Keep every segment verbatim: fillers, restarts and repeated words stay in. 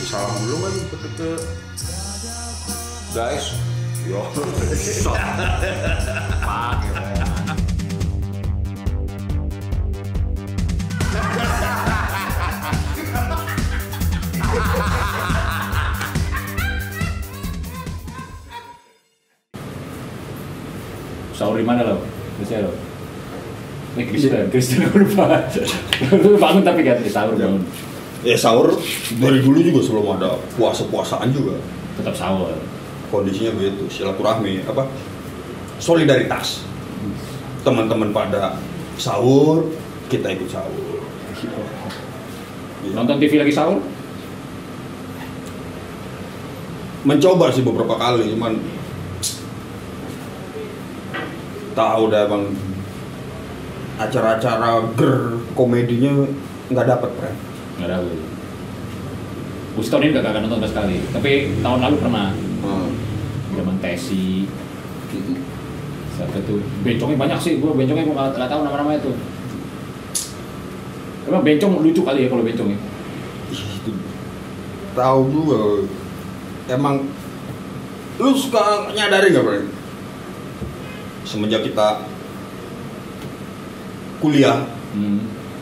salam dulu kan ke, ke guys. Yo. Pakai. Sahur di mana lo? Biasanya lo? Ini Kristen, Kristen aku lupa. Lu bangun tapi kan di sahur bangun. Ya sahur dari dulu juga sebelum ada puasa-puasaan juga. Tetap sahur. Kondisinya begitu, silaturahmi apa? Solidaritas. Teman-teman pada sahur, kita ikut sahur. Nonton T V lagi sahur? Mencoba sih beberapa kali, cuman tahu dah bang, acara-acara ger komedinya nggak dapet, Pren. Nggak ada. Gue tahun ini gak akan nonton sama sekali, tapi tahun lalu pernah. Hmm. Zaman Tesi. Saat itu bencongnya banyak sih, gue bencongnya gue nggak nggak tahu nama-namanya tuh. Emang bencong lucu kali ya kalau bencong ya? Itu tahu juga. Emang lu suka nyadari nggak, Pren? Semenjak kita kuliah, hmm.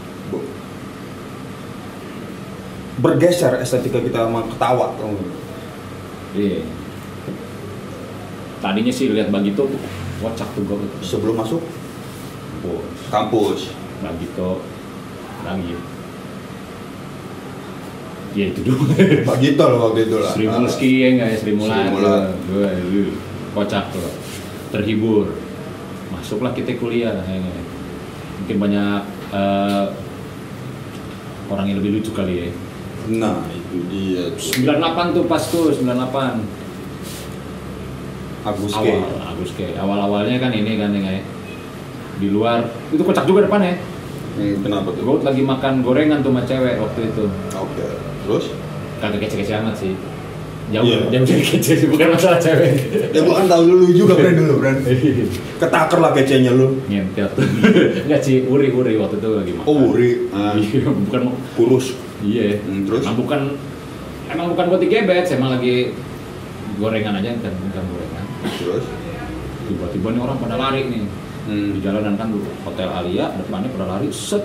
bergeser estetika kita sama ketawa. Iya. Tadinya sih lihat Bagito, kocak tuh gue. Sebelum masuk kampus, kampus. Bagito lagi. Ya itu dulu. Bagito loh waktu itu lah. Sri Mulski ya nggak ya, Sri Mulat. Gue kocak tuh, terhibur. Masuklah kita kuliah, ya, ya. Mungkin banyak uh, orang yang lebih lucu kali ya. Nah itu dia tuh. sembilan puluh delapan tuh pas tuh, sembilan puluh delapan Aguske. Awal, Aguske. Awal-awalnya kan ini kan ya, di luar, itu kocak juga depannya. Hmm, kenapa tuh? Gue lagi makan gorengan tuh sama cewek waktu itu. Oke, okay. Terus? Kagak kece-kece amat sih. Jauh, yeah. jauh dari kece sih, bukan masalah cewek. Ya gua kan tahu dulu juga Bran dulu, Bran. Ketaker lah kecenya lu. Nyentet. Enggak sih, uri-uri waktu itu lagi makan. Oh, uri. Ah. Iya, bukan kurus. Iya. Hmm, terus? Emang bukan emang bukan buat digebet, emang lagi gorengan aja kan, bukan gorengan. Terus? Tiba-tiba nih orang pada lari nih. Hmm. Di jalanan kan dulu Hotel Alia, depannya pada lari, set.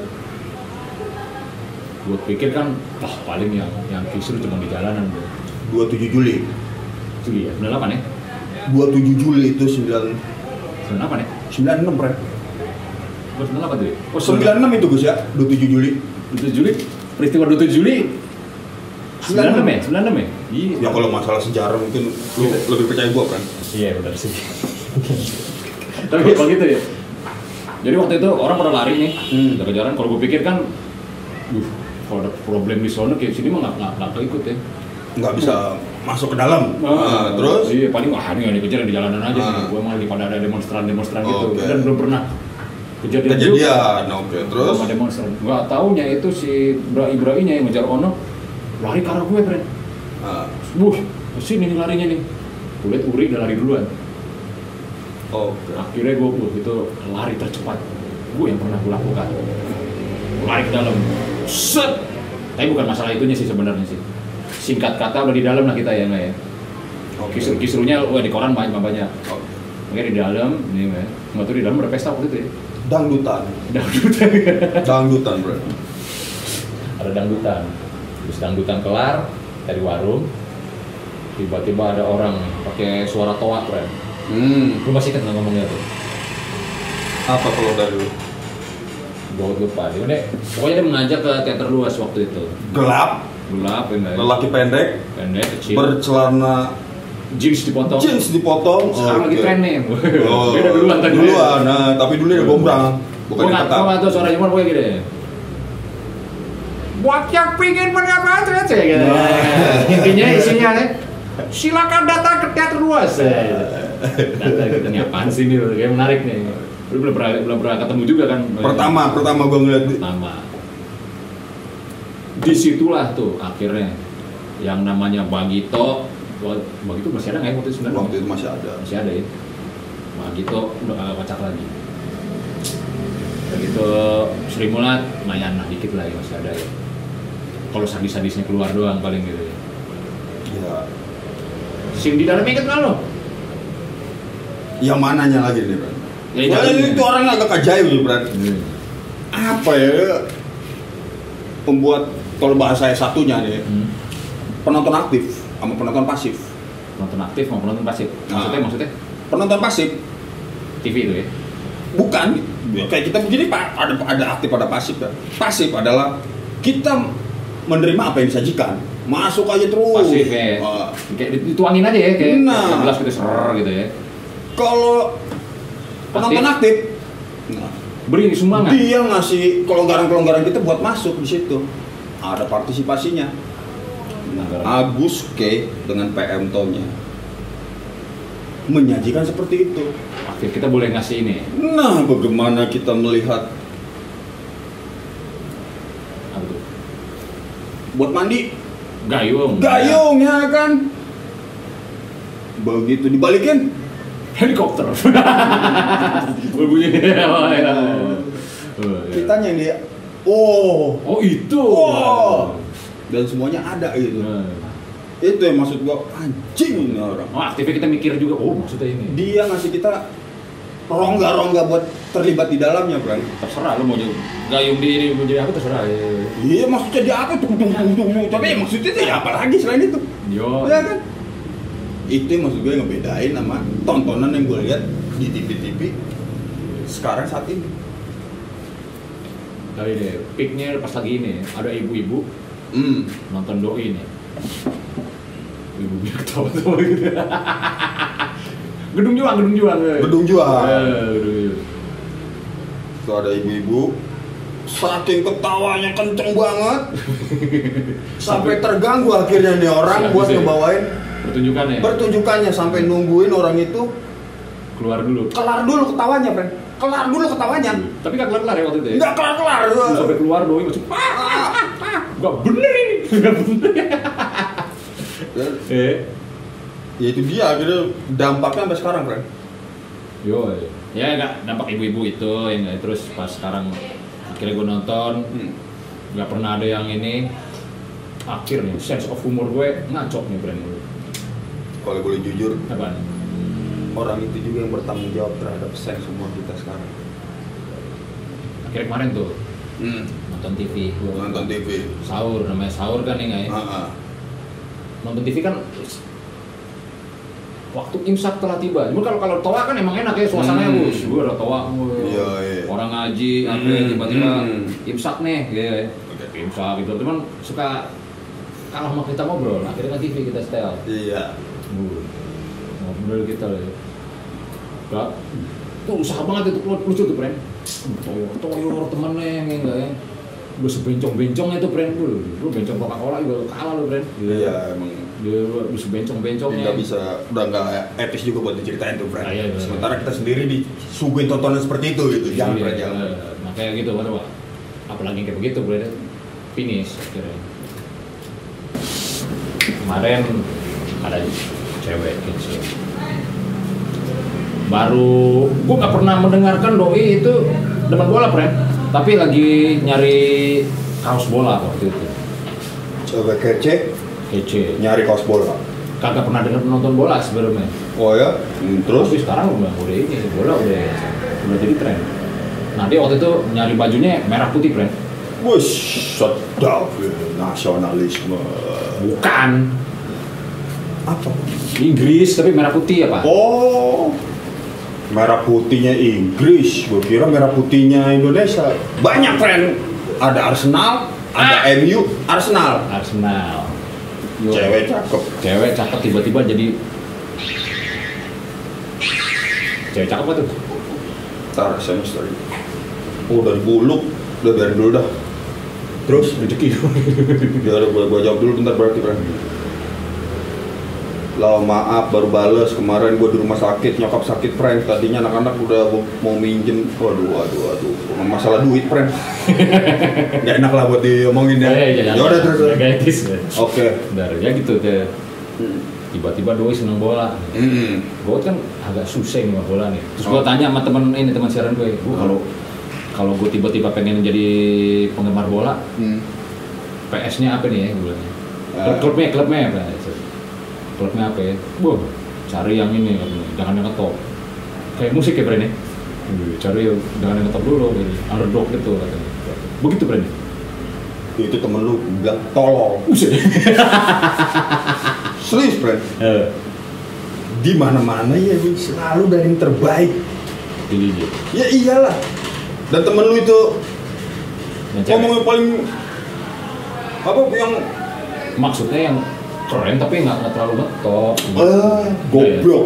Gue pikir kan, wah paling yang yang kisru cuma di jalanan bro. dua puluh tujuh Juli. Juli ya, sembilan puluh delapan ya? dua puluh tujuh Juli itu sembilan sembilan puluh delapan ya? sembilan puluh enam, Bro. Oh, sembilan puluh delapan tuh ya? Oh, sembilan puluh enam itu Gus ya, dua puluh tujuh Juli. dua puluh tujuh Juli? Peristiwa dua puluh tujuh Juli? sembilan puluh enam ya? sembilan puluh enam ya? Iya. Ya kalau masalah sejarah mungkin lu gitu. Lebih percaya gua kan? Iya benar sih. Tapi kalau gitu ya. Jadi waktu itu orang pada lari nih, hmm. udah kejaran. Kalau gue pikir kan, duh, kalau ada problem di sana kayak sini mah nggak nggak ikut ya. Nggak bisa masuk ke dalam. Nah, nah, terus? Iya paling wah ini nggak dikejar di jalanan aja. Nah. Gue malah pada ada demonstran-demonstran Oh, gitu. okay. Dan belum pernah kejadian. Kejadian, oke. Okay. Terus? Belum ada demonstran. Nggak taunya itu si Brai-Brainya yang ngejar Ono lari ke arah gue, Bren. Nah. Wuh, kesini nih larinya nih. Gue liat Uri udah lari duluan. Oh, okay. Akhirnya gue uh, itu lari tercepat gue yang pernah gue lakukan. Gue lari ke dalam, set. Tapi bukan masalah itunya sih sebenarnya sih. Singkat kata udah di dalam lah kita ya nggak ya. Okay. Kisru-kisrunya wah di koran banyak banyak. Okay. Makanya di dalam, nih ya. Nggak tahu di dalam berpesta waktu itu ya. Dangdutan. Dangdutan. Dangdutan bro. Ada dangdutan. Terus dangdutan kelar dari warung. Tiba-tiba ada orang pakai suara toa keren. Hmm. Lu masih ingat nggak ngomongnya tuh? Apa kalau dari lu? Gue lupa. Dia udah, pokoknya dia mengajak ke teater luas waktu itu. Gelap. Gelap, ya. Lelaki pendek. Pendek, kecil. Bercelana jeans dipotong. Jeans dipotong. Sekarang lagi okay. tren nih. Oh. Beda duluan tadi. Duluan, nah tapi dulu ya gombrang. Bukan yang ketat. Gue nggak tahu suaranya gimana pokoknya gitu ya. Buat yang pingin mendapat aja ya. Intinya isinya ya. Silakan datang ke teater luas. Datang kita nih apaan sih nih, kayak menarik nih. Lu belum pernah belum pernah ketemu juga kan? Pertama, pertama gua ngeliat. Pertama. Disitulah tuh akhirnya yang namanya Bagito. Bagito masih ada nggak ya waktu itu sebenarnya? Waktu itu masih ada. Masih ada ya. Bagito udah kagak kocak lagi. Begitu Sri Mulat lumayan lah dikit lah ya masih ada ya. Kalau sadis-sadisnya keluar doang paling gitu ya. Iya. SIM di dalamnya kan lo. Yang mananya lagi nih, Bro? Ya, Wah, itu itu orang agak ajaib nih, Bro. Hmm. Apa ya? Pembuat kalau bahasa satunya nih, Hmm. penonton aktif sama penonton pasif. Penonton aktif mau penonton pasif. Maksudnya Nah. maksudnya Penonton pasif T V itu ya. bukan kayak kita begini Pak, ada ada aktif ada pasif kan. Pasif adalah kita menerima apa yang disajikan, masuk aja terus. Pasif ya. Ah. Kayak dituangin aja ya kayak Nah. gelas gitu ser gitu ya. Kalau penonton aktif, nah, Beri sumbangan. dia ngasih kelonggaran-kelonggaran kita buat masuk di situ. Ada partisipasinya. Agus K dengan P M Tom-nya menyajikan seperti itu. Aktif kita boleh ngasih ini. Nah, bagaimana kita melihat Apa tuh? buat mandi Gayung. gayung ya kan? Begitu dibalikin Helikopter. Berbunyi. Oh, ya. Oh, ya. kitanya ini, oh, Oh itu. oh, dan semuanya ada gitu. Nah. Itu yang maksud gua, anjing ini orang. Oh, aktifnya kita mikir juga. Oh, maksudnya ini. Dia ngasih kita rongga-rongga buat terlibat di dalamnya, Bang. Terserah lu mau jadi gayung di ini mau jadi apa terserah. Ya. Iya, maksudnya dia apa tuh? Tapi ya maksudnya itu ya apa lagi selain itu? Yo. Ya kan? Itu yang maksud gue ngebedain sama tontonan yang gue lihat di T V-T V sekarang saat ini. Kali deh, peaknya pas lagi ini ada ibu-ibu Hmm. nonton doi nih. Ibu-ibu ketawa-tawa gitu. Gedung juang, gedung juang. eh. Gedung Juang. Eh, gedung juang. Tuh ada ibu-ibu saking ketawanya kenceng banget sampai terganggu akhirnya nih orang Siap, buat siap. ngebawain Pertunjukannya pertunjukannya sampai nungguin orang itu keluar dulu. kelar dulu ketawanya, Bren. Kelar dulu ketawanya. Tapi gak kelar-kelar ya waktu itu ya? Enggak kelar-kelar. Terus sampai keluar doi masih gak bener ini. Gak bener. Dan, Eh, ya itu dia akhirnya dampaknya sampai sekarang, Bren. yo, ya nggak dampak ibu-ibu itu ya nggak. Terus pas sekarang akhirnya gue nonton, Hmm. nggak pernah ada yang ini. Akhirnya sense of humor gue ngacok nih brand gue. Kalau boleh jujur, Apaan? orang itu juga yang bertanggung jawab terhadap sense humor kita sekarang. Akhirnya kemarin tuh Hmm. nonton T V, gue Nonton T V. sahur, namanya sahur kan ya nggak ya? Ah, ah. Nonton T V kan waktu imsak telah tiba. Cuma kalau kalau toa kan emang enak ya suasananya, Hmm. bos. Gue udah toa, wah. Iya, iya. Orang ngaji, akhirnya Hmm, tiba-tiba hmm. imsak nih, ya. Imsak gitu. Cuman suka kalah sama kita ngobrol. Akhirnya kan T V kita setel. Iya. Uh, ngobrol kita lah. Ya. Gak, tuh usaha banget itu lucu tuh, Pren. Toyor, toyor temennya yang enggak ya. Gue sebencong-bencongnya tuh, Pren. Gue, gue bencong Coca-Cola juga kalah lu, Pren. Iya, emang Dia lu sebencong-bencongnya. nggak bisa, udah nggak etis juga buat diceritain tuh, Fred. Ah, iya, iya. Sementara kita sendiri disuguhin tontonan seperti itu gitu, jangan Iya, Fred, jangan. eh, makanya gitu, waduh, Pak. Apalagi kayak begitu, Bro. Finish akhirnya. Kemarin ada cewek kecil. Baru, gua nggak pernah mendengarkan doi itu demen bola, Fred. Tapi lagi nyari kaos bola waktu itu. Coba kece, Kece. nyari kaos bola. Kagak pernah dengar penonton bola sebelumnya. Oh ya, hmm, terus? Tapi sekarang udah udah ini bola udah udah jadi tren. Nah dia waktu itu nyari bajunya merah putih, Fred. Wush, sedap ya, nasionalisme. Bukan Apa? Inggris tapi merah putih ya Pak? Oh, merah putihnya Inggris. Gue kira merah putihnya Indonesia. Banyak, Fred. Ada Arsenal, ada Ah. M U, Arsenal. Arsenal. Yo. Cewek cakep. Cewek cakep tiba-tiba jadi cewek cakep apa tuh? Ntar saya story. Oh, dari buluk, udah biarin dulu dah. Terus? Rezeki. Ya udah, gua, gua jawab dulu bentar berarti, Bang. Lah maaf baru bales kemarin gua di rumah sakit, nyokap sakit, friend. Tadinya anak-anak udah mau minjem. Waduh, waduh, waduh. Masalah duit, friend. Gak enak lah buat diomongin ya. Ya udah terus. Gak etis. Oke. Dari ya gitu deh. Tiba-tiba doi seneng bola. Hmm. Gue kan agak susah nih sama bola nih. Terus gue tanya sama temen ini teman siaran gue, gue kalau kalau gue tiba-tiba pengen jadi penggemar bola, Hmm. P S-nya apa nih ya? Gue bilang. Uh, Klubnya, klubnya apa? klubnya apa ya? Boh, cari yang ini, jangan yang ngetop. Kayak musik ya Bren ya? Cari jangan yang ngetop dulu, jadi underdog gitu katanya. Begitu Bren? Itu temen lu bilang tolol. Serius Bren? Uh. Di mana-mana ya selalu dari yang terbaik. Jadi dia. Ya iyalah. Dan temen lu itu ngomongnya paling apa yang maksudnya yang keren tapi nggak nggak terlalu ngetop. Ah, goblok.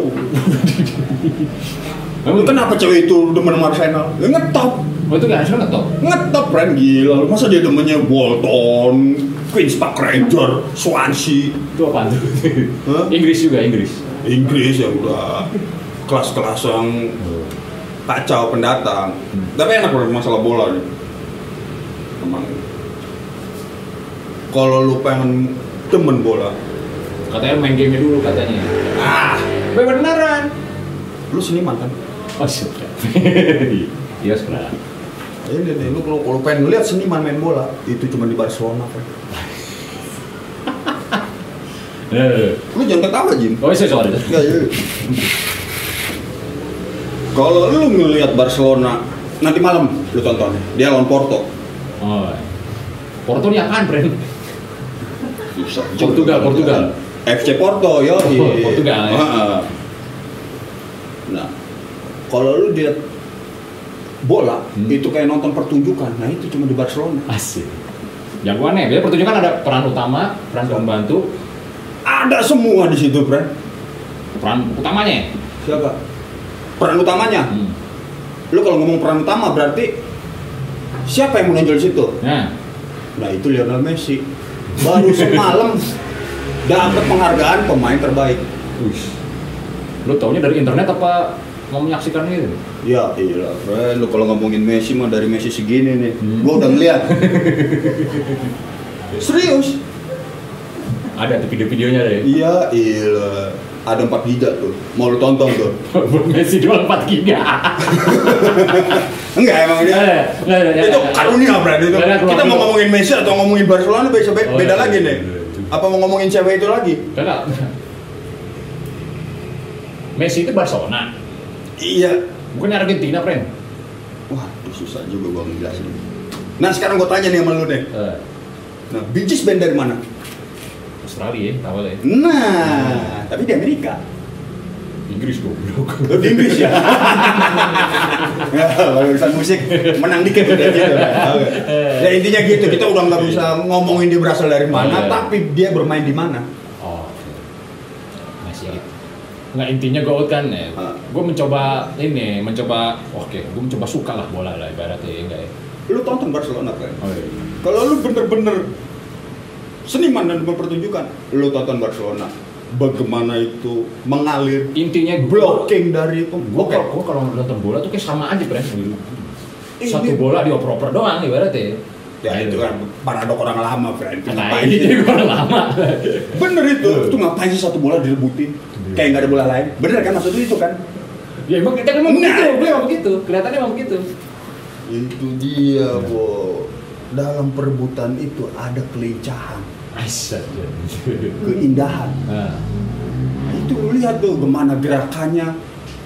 Lu kenapa cewek itu demen sama Arsenal? Ya ngetop. Oh itu nggak Arsenal ngetop? Ngetop Bren, gila. Masa dia demennya Bolton, Queen's Park Ranger, Swansea. Itu apaan tuh? Huh? Inggris juga, Inggris. Inggris ya udah kelas-kelas yang kacau pendatang. Hmm. Tapi enak banget masalah bola nih. Emang. Kalau lu pengen demen bola, katanya main game dulu katanya. Ah, beneran. Lu seniman kan? Oh sudah. Iya sudah. Ini nih, lu kalau kalau pengen lihat seniman main bola, itu cuma di Barcelona kan. Lu jangan ketawa Jim. Oh iya sorry. Enggak ya. Kalau lu ngelihat Barcelona nanti malam lu tonton, dia lawan Porto. Oh. Porto ini apaan, Bren? Bisa. Portugal, Portugal. F C Porto, yo. Oh, Portugal. Ya. Nah, kalau lu lihat bola, hmm. itu kayak nonton pertunjukan. Nah, itu cuma di Barcelona. Asik. Jagoannya, biar pertunjukan ada peran utama, peran pembantu. Ada semua di situ, Bren. Peran utamanya? Siapa? Peran utamanya? Hmm. Lu kalau ngomong peran utama berarti siapa yang menonjol situ? Nah, nah itu Lionel Messi. Baru semalam dapat penghargaan pemain terbaik. Uish. Lu taunya dari internet apa mau menyaksikan itu? Ya iya, Bren. Lu kalau ngomongin Messi mah dari Messi segini nih. Hmm. Gua udah ngeliat. Serius? Ada tuh video-videonya deh. Iya, iya. Ada empat giga tuh. Mau lu tonton tuh. Buat Messi doang empat giga. Enggak emang dia. Nggak, nggak, nggak, itu karunia berarti itu. Nggak, kita mau ngomongin Messi atau ngomongin Barcelona beda beda oh, iya, lagi nih. Apa mau ngomongin cewek itu lagi? Enggak. Messi itu Barcelona. Iya. Bukan Argentina, friend. Wah, susah juga gua ngejelasin. Nah, sekarang gua tanya nih sama lu deh. Uh. Nah, Bee Gees band dari mana? Australia ya, awalnya. Nah, hmm. tapi di Amerika. Inggris goblok. Oh, di Inggris ya. Ya, kalau urusan musik menang dikit udah gitu. Okay. Ya intinya gitu, kita udah nggak bisa ngomongin dia berasal dari mana, oh, iya. tapi dia bermain di mana. Oh. Masih gitu. Nggak intinya gue kan ya. Uh. Gue mencoba ini, mencoba oke, okay, gue mencoba suka lah bola lah ibaratnya ya enggak ya. Lu tonton Barcelona kan? Oh, iya. Kalau lu bener-bener seniman dan pertunjukan, lu tonton Barcelona. Bagaimana itu mengalir, intinya blocking dari gua okay. Gua kalau nonton bola tuh kayak sama aja Bren. Satu bola dioper-oper doang ibaratnya. Ya itu kan paradok orang lama, friend. Ngapain itu orang lama? Bener itu. Itu ngapain sih satu bola direbutin? Kayak nggak ada bola lain. Bener kan maksudnya itu kan? Ya emang kita emang begitu, gue emang begitu. Kelihatannya emang begitu. Itu dia, Bo. Dalam perebutan itu ada kelincahan. Aisyah, keindahan. Nah. Itu lu lihat tuh gimana gerakannya.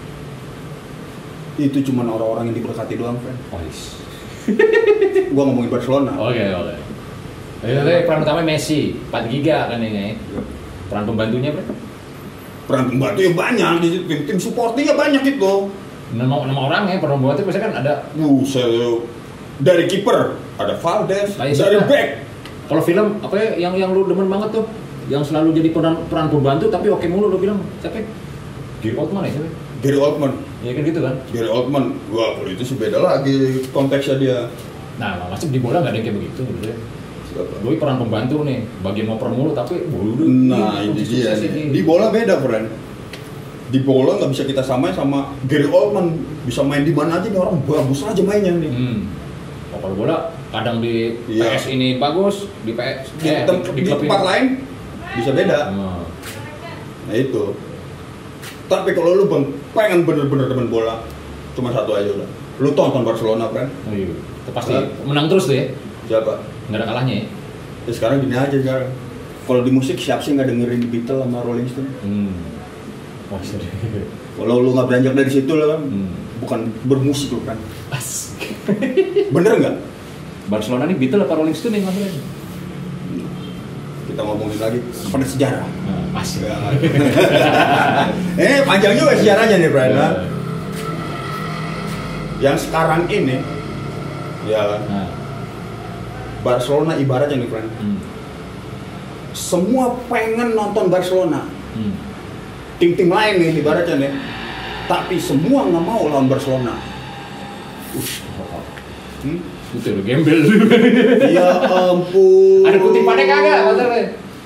Itu cuma orang-orang yang diberkati doang, friend. Oh, yes. Gua ngomongin Barcelona. Oke, okay, oke. Okay. Jadi peran utama Messi, empat giga kan ini. Peran pembantunya berapa? Peran pembantunya banyak di situ. Tim, tim supportingnya banyak itu. Nama nama orang ya, peran pembantu biasanya kan ada. Buset, dari kiper ada Valdes, dari siapa? Back. Kalau film apa ya yang yang lu demen banget tuh, yang selalu jadi peran peran pembantu tapi oke mulu lu bilang siapa? Gary Oldman ya siapa? Gary Oldman. Ya kan gitu kan? Gary Oldman, wah kalau itu sih beda lagi konteksnya dia. Nah, masih di bola nggak ada yang kayak begitu gitu ya. Gue peran pembantu nih, bagian ngoper mulu tapi bodoh. Nah ini dia nih. Di bola beda, friend. Di bola nggak bisa kita samain sama Gary Oldman, bisa main di mana aja nih orang bagus aja mainnya nih. Hmm. Oh, kalau bola kadang di iya. P S ini bagus, di P S di, eh, tem- di, di tempat ini. Lain bisa beda. Hmm. Nah itu. Tapi kalau lu bang, pengen bener-bener temen bola, cuma satu aja udah. Lu tonton Barcelona, friend. Oh iya. Itu pasti nah. menang terus tuh ya. Siapa? Nggak ada kalahnya ya. Ya sekarang gini aja sekarang. Kalau di musik siapa sih nggak dengerin Beatles sama Rolling Stone? Hmm. Oh, serius. Kalau lu nggak beranjak dari situ lah kan, Hmm. bukan bermusik lu kan. As. Bener nggak? Barcelona nih Beatles apa Rolling Stone yang ngambilin? Kita ngomongin lagi kepada sejarah. Nah, asik. Eh panjang juga sejarahnya nih Brian. Ya. Yang sekarang ini, ya Nah. Barcelona ibaratnya nih Brian. Hmm. Semua pengen nonton Barcelona. Hmm. Tim-tim lain nih ibaratnya nih. Tapi semua nggak mau lawan Barcelona. Ush. Hmm? Betul, gembel lu. Ya ampun. Ada kutipannya kagak, masalahnya?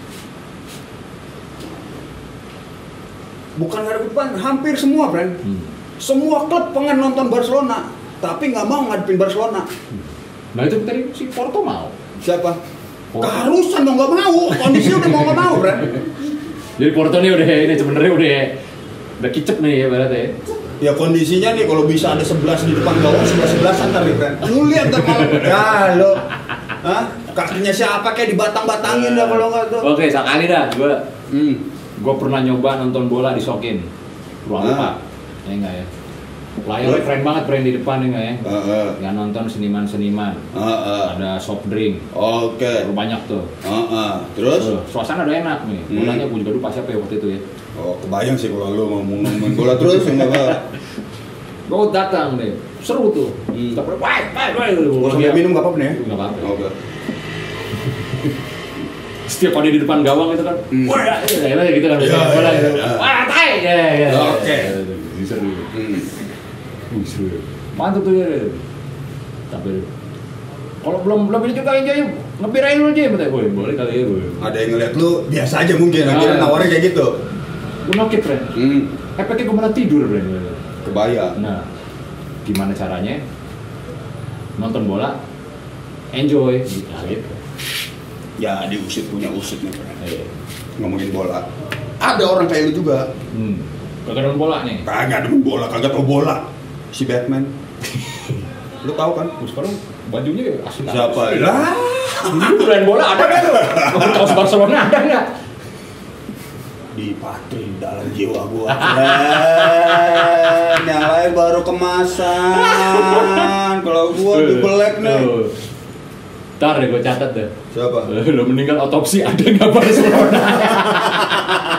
Bukan nggak ada kutipan, hampir semua Brian. Hmm. Semua klub pengen nonton Barcelona, tapi nggak mau ngadepin Barcelona. Nah itu tadi si Porto mau. Siapa? Porto. Keharusan dong nggak mau. Kondisi udah mau nggak mau, Bro. Jadi Porto nih udah ini sebenarnya udah udah kicep nih ya berarti ya. Ya kondisinya nih kalau bisa ada sebelas di depan gawang, sebelas sebelasan ntar nih, Bro. Lu lihat ntar kalau ya lo, hah? Kakinya siapa kayak dibatang-batangin dah kalau nggak tuh. Oke, sekali dah gua. Hmm. Gua pernah nyoba nonton bola di Sokin. Ruang lupa. Ya enggak ya. Layarnya keren banget brand di depan ya enggak ya. Heeh. Yang nonton seniman-seniman. Heeh. Ada soft drink. Oke. Terlalu banyak tuh. Heeh. Terus? Tuh, suasana udah enak nih. Hmm. Bolanya gua juga lupa siapa ya waktu itu ya. Oh, kebayang sih kalau lu ngomong ngomongin bola terus enggak apa. Gua datang deh. Seru tuh. Hmm. Kita pada wah, wah, wah. Gua sambil minum enggak apa-apa nih ya? Enggak apa-apa. Oke. Setiap kali di depan gawang itu kan, Hmm. wah, ya, ya, gitu kan, Ya, bola ya, gitu, ya. wah, tai, ya, ya, Oke. seru, Hmm. Wih, seru, mantap tuh ya, tapi kalau belum belum ini juga enjoy, ngebirain dulu aja, betul, boleh, boleh kali ya, boleh. Ada yang ngeliat lu biasa aja mungkin, Ah. akhirnya nawarin kayak gitu. Gue nokit, friend, Hmm. efeknya gue malah tidur, friend. Kebayang. Nah, gimana caranya nonton bola, enjoy, nah, gitu. Ya diusut punya usut nih, Bro. Eh, Ngomongin bola. Ada orang kayak lu juga. hmm, kagak nonton bola nih. Kagak demen bola, kagak tau bola. Si Batman. Lu tahu kan? Terus sekarang bajunya asli Siapa? Lah. Lu brand bola ada nggak lu? Kaos Barcelona ada nggak? Di patri dalam jiwa gua. Keren. Yang lain baru kemasan. Kalau gua di black nih. Ntar deh gue catat deh. Siapa? Lo meninggal otopsi ada nggak Barcelona?